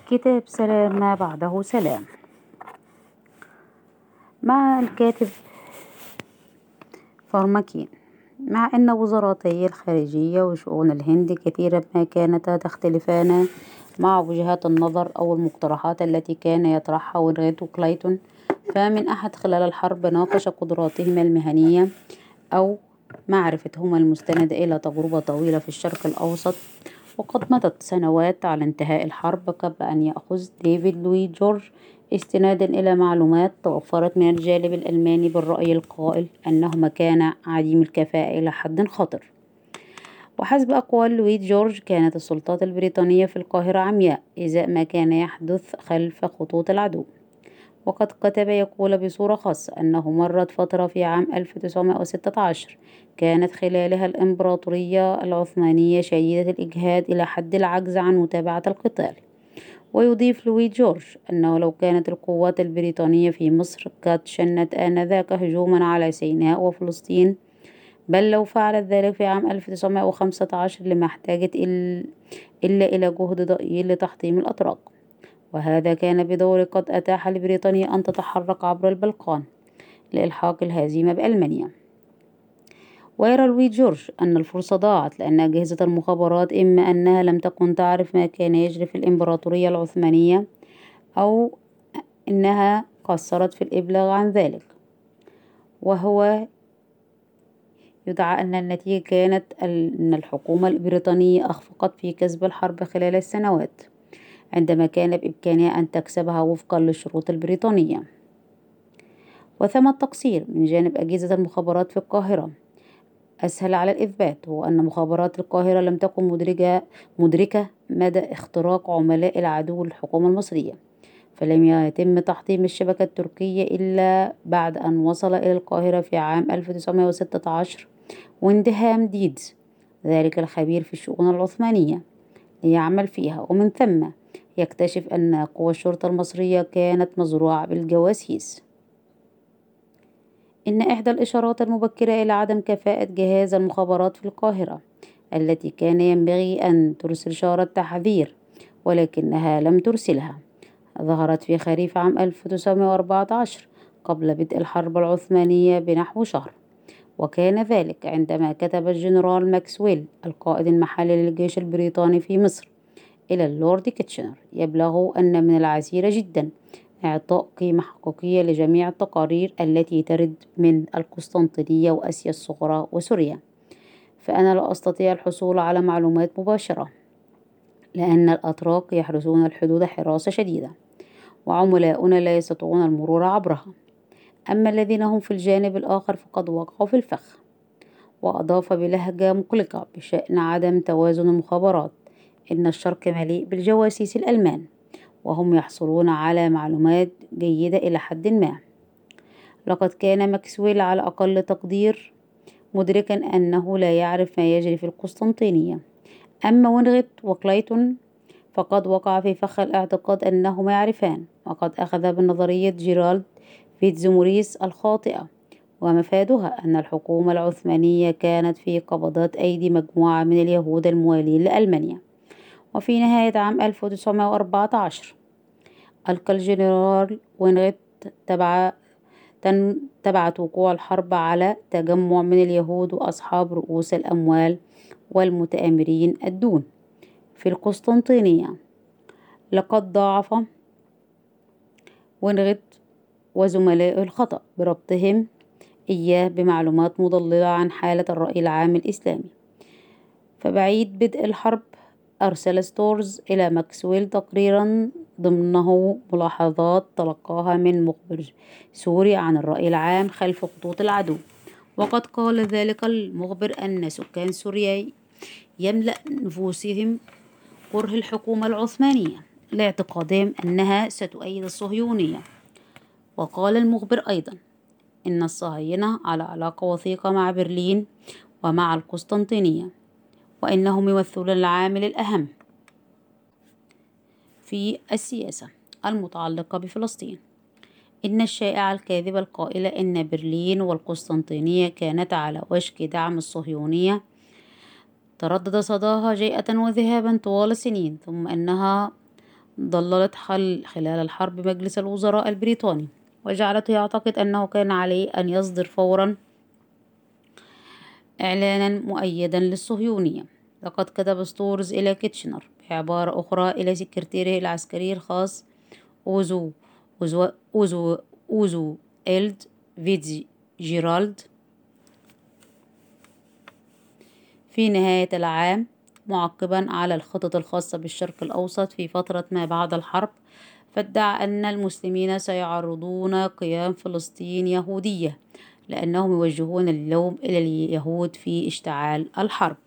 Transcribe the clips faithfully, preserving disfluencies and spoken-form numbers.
كتاب سلام ما بعده سلام. مع الكاتب فارماكين. مع أن وزارتي الخارجية وشؤون الهند كثيرا ما كانتا تختلفان مع وجهات النظر أو المقترحات التي كان يطرحها وينغيت وكلايتون، فمن أحد خلال الحرب ناقش قدراتهما المهنية أو معرفتهما المستندة إلى تجربة طويلة في الشرق الأوسط. وقد مضت سنوات على انتهاء الحرب قبل أن يأخذ ديفيد لوي جورج استنادا إلى معلومات توفرت من الجانب الألماني بالرأي القائل أنهما كانا عديم الكفاءة إلى حد خطر. وحسب أقوال لوي جورج كانت السلطات البريطانية في القاهرة عمياء إزاء ما كان يحدث خلف خطوط العدو. وقد كتب يقول بصورة خاصة أنه مرت فترة في عام ألف وتسعمائة وستة عشر كانت خلالها الإمبراطورية العثمانية شديدة الإجهاد إلى حد العجز عن متابعة القتال. ويضيف لوي جورج أنه لو كانت القوات البريطانية في مصر قد شنت آنذاك هجوما على سيناء وفلسطين، بل لو فعلت ذلك في عام ألف وتسعمائة وخمسة عشر لما احتاجت إلا إلى جهد ضئيل لتحطيم الأتراك. وهذا كان بدور قد أتاح لبريطانيا أن تتحرك عبر البلقان لإلحاق الهزيمة بألمانيا. ويرى لوي جورج أن الفرصة ضاعت لأن أجهزة المخابرات إما أنها لم تكن تعرف ما كان يجري في الإمبراطورية العثمانية أو أنها قصرت في الإبلاغ عن ذلك. وهو يدعى أن النتيجة كانت أن الحكومة البريطانية أخفقت في كسب الحرب خلال السنوات عندما كان بإمكانها أن تكسبها وفقا للشروط البريطانية. وثم التقصير من جانب أجهزة المخابرات في القاهرة. أسهل على الإثبات هو أن مخابرات القاهرة لم تكن مدركة, مدركة مدى اختراق عملاء العدو للحكومة المصرية، فلم يتم تحطيم الشبكة التركية إلا بعد أن وصل إلى القاهرة في عام ألف وتسعمائة وستة عشر واندهام ديدز ذلك الخبير في الشؤون العثمانية ليعمل فيها، ومن ثم يكتشف أن قوى الشرطة المصرية كانت مزروعة بالجواسيس. إن إحدى الإشارات المبكرة إلى عدم كفاءة جهاز المخابرات في القاهرة التي كان ينبغي أن ترسل شارة تحذير ولكنها لم ترسلها ظهرت في خريف عام ألف وتسعمائة وأربعة عشر قبل بدء الحرب العثمانية بنحو شهر. وكان ذلك عندما كتب الجنرال ماكسويل القائد المحلي للجيش البريطاني في مصر إلى اللورد كيتشنر يبلغ أن من العسير جدا إعطاء قيمة حقيقية لجميع التقارير التي ترد من القسطنطينية وآسيا الصغرى وسوريا، فأنا لا أستطيع الحصول على معلومات مباشرة لأن الأتراك يحرسون الحدود حراسة شديدة وعملاؤنا لا يستطيعون المرور عبرها، أما الذين هم في الجانب الآخر فقد وقعوا في الفخ. وأضاف بلهجة مقلقة بشأن عدم توازن المخابرات: إن الشرق مليء بالجواسيس الألمان وهم يحصلون على معلومات جيدة إلى حد ما. لقد كان ماكسويل على أقل تقدير مدركا أنه لا يعرف ما يجري في القسطنطينية، أما وينغيت وكلايتون فقد وقع في فخ الاعتقاد أنهما يعرفان، وقد أخذ بنظرية جيرالد فيتزموريس الخاطئة ومفادها أن الحكومة العثمانية كانت في قبضات أيدي مجموعة من اليهود الموالين لألمانيا. وفي نهاية عام ألف وتسعمائة وأربعة عشر ألقى الجنرال وينغيت تبع تبعت وقوع الحرب على تجمع من اليهود وأصحاب رؤوس الأموال والمتآمرين الدون في القسطنطينية. لقد ضاعف وينغيت وزملائه الخطأ بربطهم إياه بمعلومات مضللة عن حالة الرأي العام الإسلامي. فبعيد بدء الحرب أرسل ستورز إلى ماكسويل تقريرا ضمنه ملاحظات تلقاها من مخبر سوري عن الرأي العام خلف خطوط العدو. وقد قال ذلك المخبر أن سكان سوريا يملأ نفوسهم كره الحكومة العثمانية لاعتقادهم أنها ستؤيد الصهيونية. وقال المخبر أيضا إن الصهاينة على علاقة وثيقة مع برلين ومع القسطنطينية وإنهم يمثلون العامل الأهم في السياسة المتعلقة بفلسطين. إن الشائعة الكاذبة القائلة إن برلين والقسطنطينية كانتا على وشك دعم الصهيونية تردد صداها جيئة وذهابا طوال سنين، ثم إنها ضللت حل خلال الحرب مجلس الوزراء البريطاني، وجعلته يعتقد أنه كان عليه أن يصدر فورا إعلانا مؤيدا للصهيونية. لقد كتب ستورز إلى كيتشنر بعبارة أخرى إلى سكرتيره العسكري الخاص أوزو أوزو أوزو, أوزو إلد فيتزي جيرالد في نهاية العام، معقبا على الخطط الخاصة بالشرق الأوسط في فترة ما بعد الحرب، فادعى أن المسلمين سيعرضون قيام فلسطين يهودية لأنهم يوجهون اللوم إلى اليهود في اشتعال الحرب.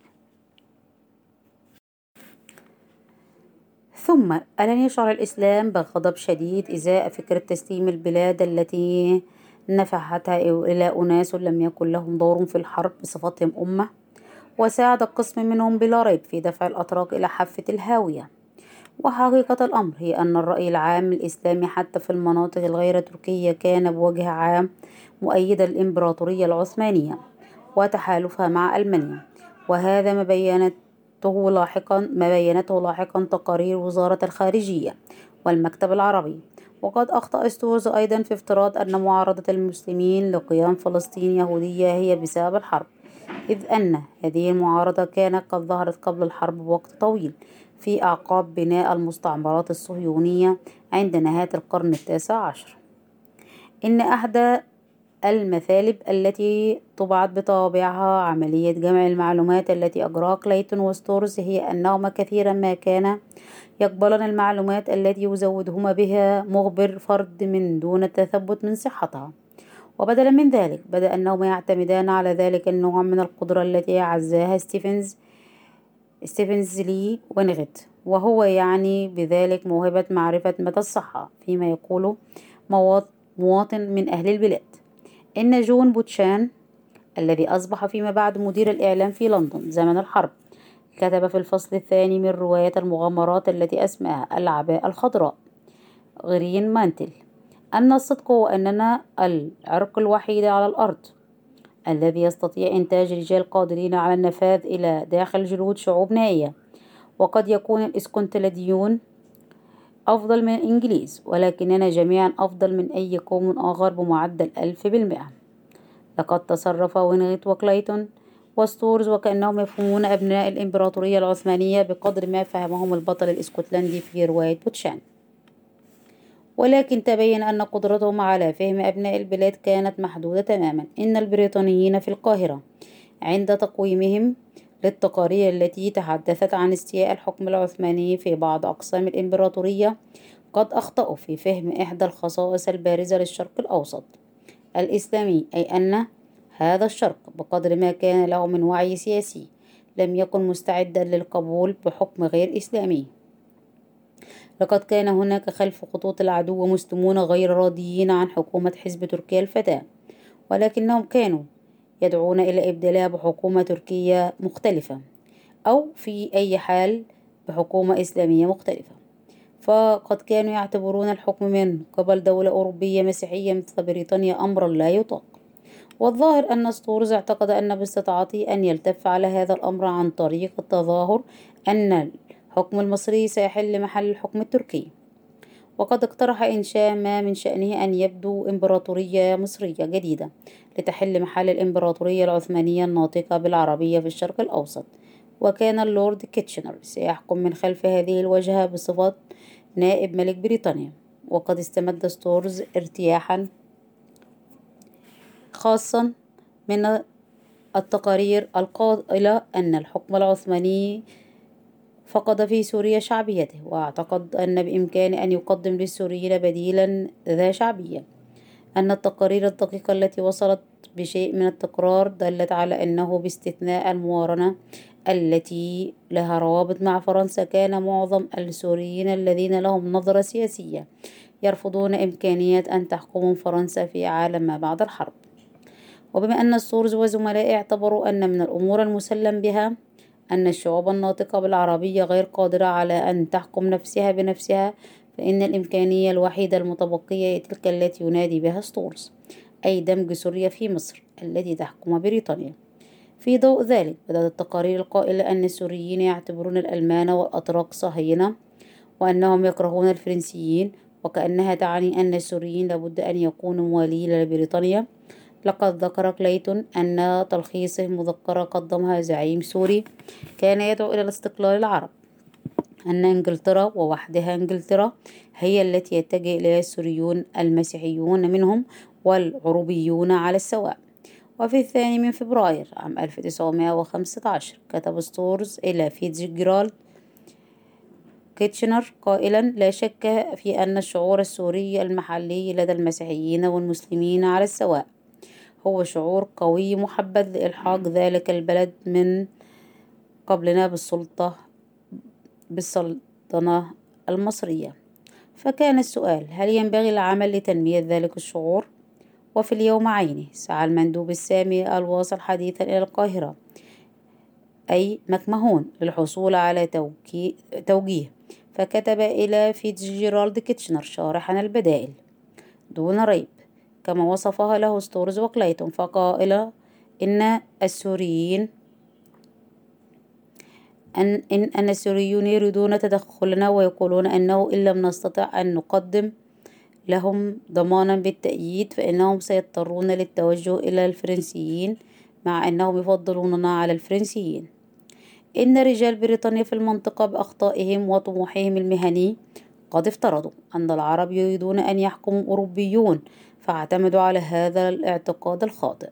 ثم ألن يشعر الإسلام بغضب شديد إزاء فكرة تسليم البلاد التي نفحتها إلى أناس لم يكن لهم دور في الحرب بصفتهم أمة، وساعد قسم منهم بلا ريب في دفع الأتراك إلى حافة الهاوية. وحقيقة الأمر هي أن الرأي العام الإسلامي حتى في المناطق الغير تركية كان بوجه عام مؤيدا الإمبراطورية العثمانية وتحالفها مع ألمانيا، وهذا ما بينته لاحقا ما بينته لاحقا تقارير وزارة الخارجية والمكتب العربي. وقد أخطأ ستورز أيضا في افتراض أن معارضة المسلمين لقيام فلسطين يهودية هي بسبب الحرب، إذ أن هذه المعارضة كانت قد ظهرت قبل الحرب بوقت طويل في أعقاب بناء المستعمرات الصهيونية عند نهاية القرن التاسع عشر. إن أحدى المثالب التي طبعت بطابعها عملية جمع المعلومات التي أجراها كلايتون وستورز هي أنهما كثيرا ما كان يقبلن المعلومات التي يزودهما بها مخبر فرد من دون التثبت من صحتها، وبدلا من ذلك بدأ أنهما يعتمدان على ذلك النوع من القدرة التي عزاها ستيفنز ستيفنز لي وينغت، وهو يعني بذلك موهبة معرفة مدى الصحة فيما يقوله مواطن من أهل البلاد. إن جون بوتشان الذي أصبح فيما بعد مدير الإعلام في لندن زمن الحرب كتب في الفصل الثاني من رواية المغامرات التي أسماها العباءة الخضراء غرين مانتل أن الصدق هو أننا العرق الوحيد على الأرض الذي يستطيع إنتاج رجال قادرين على النفاذ إلى داخل جلود شعوب نائية، وقد يكون الإسكتلنديون أفضل من الإنجليز، ولكننا جميعا أفضل من أي قوم آخر بمعدل ألف بالمئة. لقد تصرف وينغت وكلايتون وستورز وكأنهم يفهمون أبناء الإمبراطورية العثمانية بقدر ما فهمهم البطل الإسكتلندي في رواية بوتشان، ولكن تبين أن قدرتهم على فهم أبناء البلاد كانت محدودة تماما. إن البريطانيين في القاهرة عند تقويمهم للتقارير التي تحدثت عن استيلاء الحكم العثماني في بعض أقسام الإمبراطورية قد أخطأوا في فهم إحدى الخصائص البارزة للشرق الأوسط الإسلامي، أي أن هذا الشرق بقدر ما كان له من وعي سياسي لم يكن مستعدا للقبول بحكم غير إسلامي. لقد كان هناك خلف خطوط العدو مسلمون غير راضيين عن حكومة حزب تركيا الفتاة، ولكنهم كانوا يدعون إلى إبدالها بحكومة تركية مختلفة أو في أي حال بحكومة إسلامية مختلفة، فقد كانوا يعتبرون الحكم من قبل دولة أوروبية مسيحية مثل بريطانيا أمرا لا يطاق. والظاهر أن ستورز اعتقد أن باستطاعته أن يلتف على هذا الأمر عن طريق التظاهر أن الحكم المصري سيحل محل الحكم التركي، وقد اقترح إنشاء ما من شأنه أن يبدو إمبراطورية مصرية جديدة لتحل محل الإمبراطورية العثمانية الناطقة بالعربية في الشرق الأوسط، وكان اللورد كيتشنر سيحكم من خلف هذه الوجهة بصفة نائب ملك بريطانيا. وقد استمد ستورز ارتياحا خاصا من التقارير القائلة أن الحكم العثماني فقد في سوريا شعبيته، واعتقد أن بإمكانه أن يقدم للسوريين بديلا ذا شعبية. أن التقارير الدقيقة التي وصلت بشيء من التكرار دلت على أنه باستثناء الموارنة التي لها روابط مع فرنسا كان معظم السوريين الذين لهم نظرة سياسية يرفضون إمكانية أن تحكمهم فرنسا في عالم ما بعد الحرب. وبما أن ستورز وزملائه اعتبروا أن من الأمور المسلم بها أن الشعوب الناطقة بالعربية غير قادرة على أن تحكم نفسها بنفسها، فإن الإمكانية الوحيدة المتبقية هي تلك التي ينادي بها ستورز، أي دمج سوريا في مصر التي تحكم بريطانيا. في ضوء ذلك بدأت التقارير القائلة أن السوريين يعتبرون الألمان والأتراك صهاينة، وأنهم يكرهون الفرنسيين، وكأنها تعني أن السوريين لابد أن يكونوا موالين لبريطانيا. لقد ذكر كليتون أن تلخيصه مذكرة قدمها زعيم سوري كان يدعو إلى الاستقلال العرب، أن إنجلترا ووحدها إنجلترا هي التي يتجه إليها السوريون المسيحيون منهم والعروبيون على السواء. وفي الثاني من فبراير عام ألف وتسعمائة وخمسة عشر كتب ستورز إلى فيتزجرالد كيتشنر قائلا: لا شك في أن الشعور السوري المحلي لدى المسيحيين والمسلمين على السواء هو شعور قوي محبذ لإلحاق ذلك البلد من قبلنا بالسلطة بالسلطنة المصرية. فكان السؤال: هل ينبغي العمل لتنمية ذلك الشعور؟ وفي اليوم عينه سعى المندوب السامي الواصل حديثا إلى القاهرة أي مكمهون للحصول على توجيه، فكتب إلى فيتزجرالد كيتشنر شارحا البدائل دون ريب كما وصفها له ستورز وكليتون، فقائل إن السوريين أن إن أن السوريون يريدون تدخلنا، ويقولون أنه إن لم نستطع أن نقدم لهم ضمانا بالتأييد فإنهم سيضطرون للتوجه إلى الفرنسيين، مع أنهم يفضلوننا على الفرنسيين. إن رجال بريطانيا في المنطقة بأخطائهم وطموحهم المهني قد افترضوا أن العرب يريدون أن يحكموا أوروبيون، فاعتمدوا على هذا الاعتقاد الخاطئ،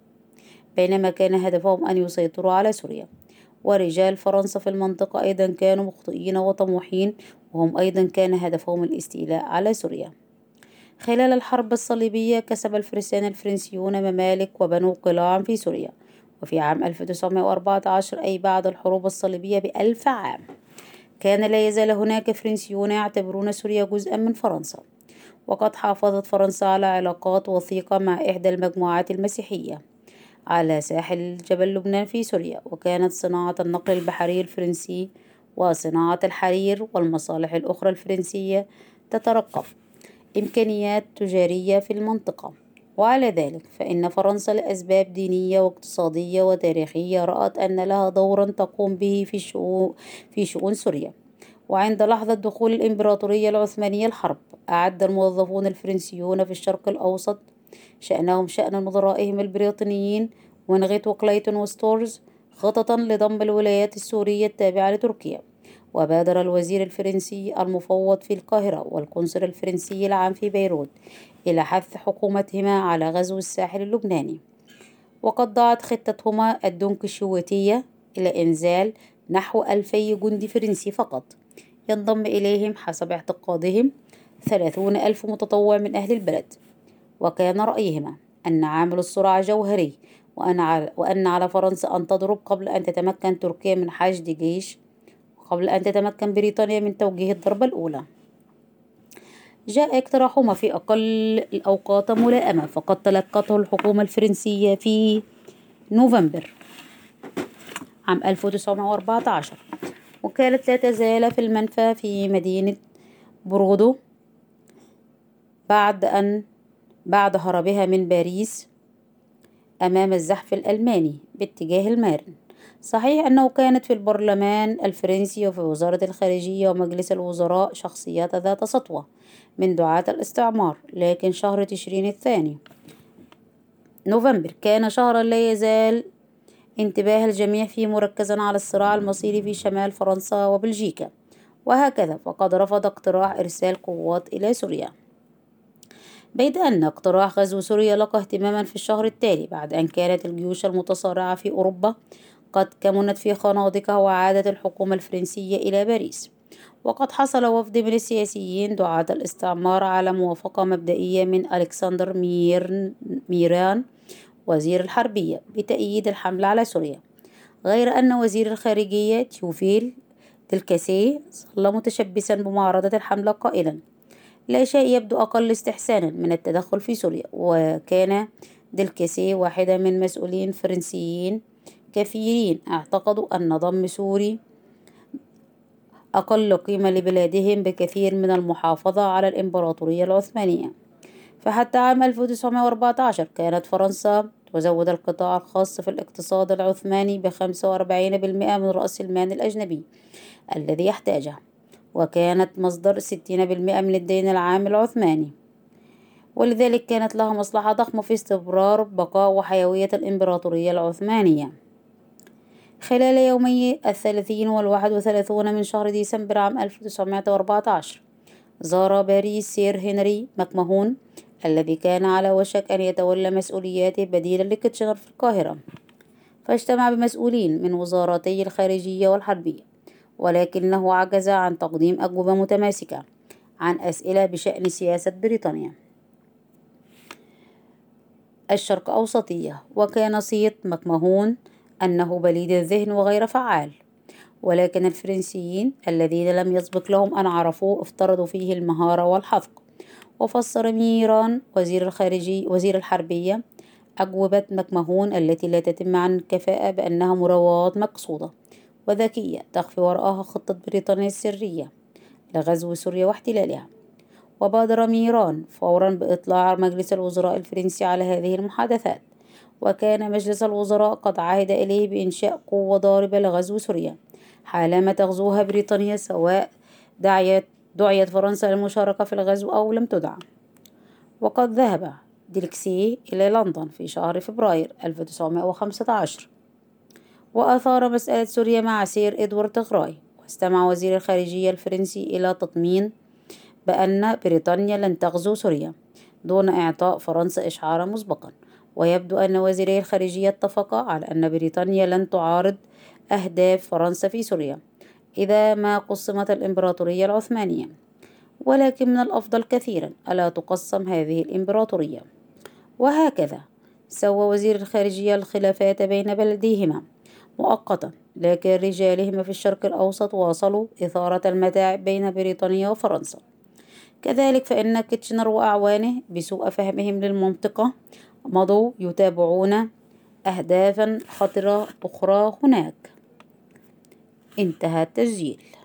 بينما كان هدفهم أن يسيطروا على سوريا. ورجال فرنسا في المنطقة أيضا كانوا مخطئين وطموحين، وهم أيضا كان هدفهم الاستيلاء على سوريا. خلال الحرب الصليبية كسب الفرسان الفرنسيون ممالك وبنوا قلاعا في سوريا. وفي عام ألف وتسعمائة وأربعة عشر أي بعد الحروب الصليبية بألف عام كان لا يزال هناك فرنسيون يعتبرون سوريا جزءا من فرنسا. وقد حافظت فرنسا على علاقات وثيقة مع إحدى المجموعات المسيحية على ساحل جبل لبنان في سوريا، وكانت صناعة النقل البحري الفرنسي وصناعة الحرير والمصالح الأخرى الفرنسية تترقب إمكانيات تجارية في المنطقة. وعلى ذلك فإن فرنسا لأسباب دينية واقتصادية وتاريخية رأت أن لها دورا تقوم به في شؤون, في شؤون سوريا. وعند لحظة دخول الإمبراطورية العثمانية الحرب أعد الموظفون الفرنسيون في الشرق الأوسط شأنهم شأن نظرائهم البريطانيين ونغيت وكليتون وستورز خططا لضم الولايات السورية التابعة لتركيا. وبادر الوزير الفرنسي المفوض في القاهرة والقنصل الفرنسي العام في بيروت إلى حث حكومتهما على غزو الساحل اللبناني. وقد ضاعت خطتهما الدنكشواتية إلى إنزال نحو ألفي جندي فرنسي فقط، ينضم إليهم حسب اعتقادهم ثلاثون ألف متطوع من أهل البلد. وكان رأيهما أن عامل السرعة جوهري، وأن على, وأن على فرنسا أن تضرب قبل أن تتمكن تركيا من حشد جيش، وقبل أن تتمكن بريطانيا من توجيه الضربة الأولى. جاء اقتراحهما في أقل الأوقات ملائمة، فقد تلقته الحكومة الفرنسية في نوفمبر عام ألف وتسعمائة وأربعة عشر، وكانت لا تزال في المنفى في مدينة برودو بعد أن بعد هربها من باريس أمام الزحف الألماني باتجاه المارن. صحيح أنه كانت في البرلمان الفرنسي وفي وزارة الخارجية ومجلس الوزراء شخصيات ذات سطوة من دعاة الاستعمار، لكن شهر تشرين الثاني نوفمبر كان شهرا لا يزال انتباه الجميع فيه مركزا على الصراع المصيري في شمال فرنسا وبلجيكا. وهكذا فقد رفض اقتراح إرسال قوات إلى سوريا، بيد أن اقتراح غزو سوريا لقى اهتماما في الشهر التالي بعد أن كانت الجيوش المتصارعة في أوروبا قد كمنت في خنادقها، وعادت الحكومة الفرنسية إلى باريس. وقد حصل وفد من السياسيين دعاة الاستعمار على موافقة مبدئية من ألكسندر ميرن ميران وزير الحربية بتأييد الحملة على سوريا، غير أن وزير الخارجية تيوفيل دلكاسيه ظل متشبثا بمعارضة الحملة قائلا: لا شيء يبدو أقل استحسانا من التدخل في سوريا. وكان دلكاسيه واحدا من مسؤولين فرنسيين كثيرين اعتقدوا أن ضم سوري أقل قيمة لبلادهم بكثير من المحافظة على الإمبراطورية العثمانية. فحتى عام ألف وتسعمائة وأربعة عشر كانت فرنسا تزود القطاع الخاص في الاقتصاد العثماني بخمسة وأربعين بالمئة من رأس المال الأجنبي الذي يحتاجه، وكانت مصدر ستين بالمئة من الدين العام العثماني، ولذلك كانت لها مصلحة ضخمة في استمرار بقاء وحيوية الإمبراطورية العثمانية. خلال يومي الثلاثين والواحد وثلاثون من شهر ديسمبر عام ألف وتسعمائة وأربعة عشر زار باريس سير هنري ماكمهون الذي كان على وشك أن يتولى مسؤولياته بديلا لكيتشنر في القاهرة، فاجتمع بمسؤولين من وزارتي الخارجية والحربية، ولكنه عجز عن تقديم أجوبة متماسكة عن أسئلة بشأن سياسة بريطانيا الشرق أوسطية. وكان صيت ماكمهون أنه بليد الذهن وغير فعال، ولكن الفرنسيين الذين لم يسبق لهم أن عرفوه افترضوا فيه المهارة والحذق. وفسر ميران وزير الخارجية وزير الحربية أجوبة ماكمهون التي لا تتم عن الكفاءة بأنها مراوغات مقصودة وذكية تخفي وراءها خطة بريطانيا السرية لغزو سوريا واحتلالها. وبادر ميران فورا بإطلاع مجلس الوزراء الفرنسي على هذه المحادثات، وكان مجلس الوزراء قد عهد إليه بإنشاء قوة ضاربة لغزو سوريا حالما تغزوها بريطانيا، سواء دعيت دعيت فرنسا للمشاركة في الغزو أو لم تدع. وقد ذهب ديلكسي إلى لندن في شهر فبراير ألف وتسعمائة وخمسة عشر وأثار مسألة سوريا مع سير إدوارد غراي، واستمع وزير الخارجية الفرنسي إلى تطمين بأن بريطانيا لن تغزو سوريا دون إعطاء فرنسا إشعارا مسبقا. ويبدو أن وزيري الخارجية اتفقا على أن بريطانيا لن تعارض أهداف فرنسا في سوريا إذا ما قسمت الإمبراطورية العثمانية، ولكن من الأفضل كثيرا ألا تقسم هذه الإمبراطورية. وهكذا سوى وزير الخارجية الخلافات بين بلديهما مؤقتا، لكن رجالهما في الشرق الأوسط واصلوا إثارة المتاعب بين بريطانيا وفرنسا. كذلك فإن كيتشنر وأعوانه بسوء فهمهم للمنطقة مضوا يتابعون أهدافا خطرة أخرى هناك. انتهى التسجيل.